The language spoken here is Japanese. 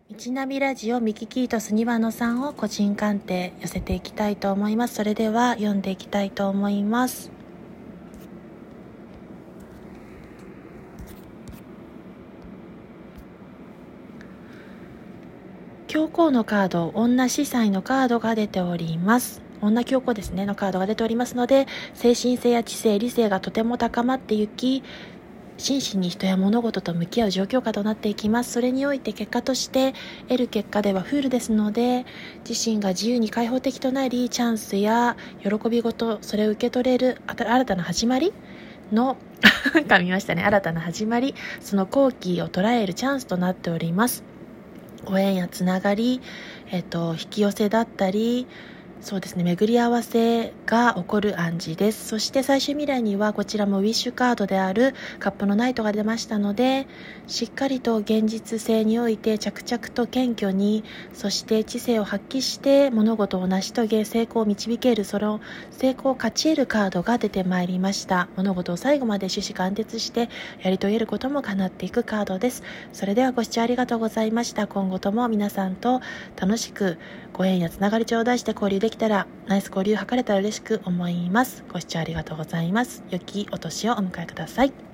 道ナビラジオミキキートス庭野さんを個人鑑定寄せていきたいと思います。それでは読んでいきたいと思います。教皇のカード、女司祭のカードが出ております。女教皇ですねのカードが出ておりますので、精神性や知性、理性がとても高まっていき、真摯に人や物事と向き合う状況下となっていきます。それにおいて結果として得る結果ではフールですので、自身が自由に開放的となり、チャンスや喜び事、それを受け取れる新たな始まりの噛みましたね。新たな始まり、その好機を捉えるチャンスとなっております。ご縁やつながり、引き寄せだったり、そうですね、巡り合わせが起こる暗示です。そして最終未来にはこちらもウィッシュカードであるカップのナイトが出ましたので、しっかりと現実性において着々と謙虚に、そして知性を発揮して物事を成し遂げ成功を導ける、その成功を勝ち得るカードが出てまいりました。物事を最後まで趣旨貫徹してやり遂げることも叶っていくカードです。それではご視聴ありがとうございました。今後とも皆さんと楽しくご縁やつながり頂戴して交流できたら、ナイス交流を図れたら嬉しく思います。ご視聴ありがとうございます。良きお年をお迎えください。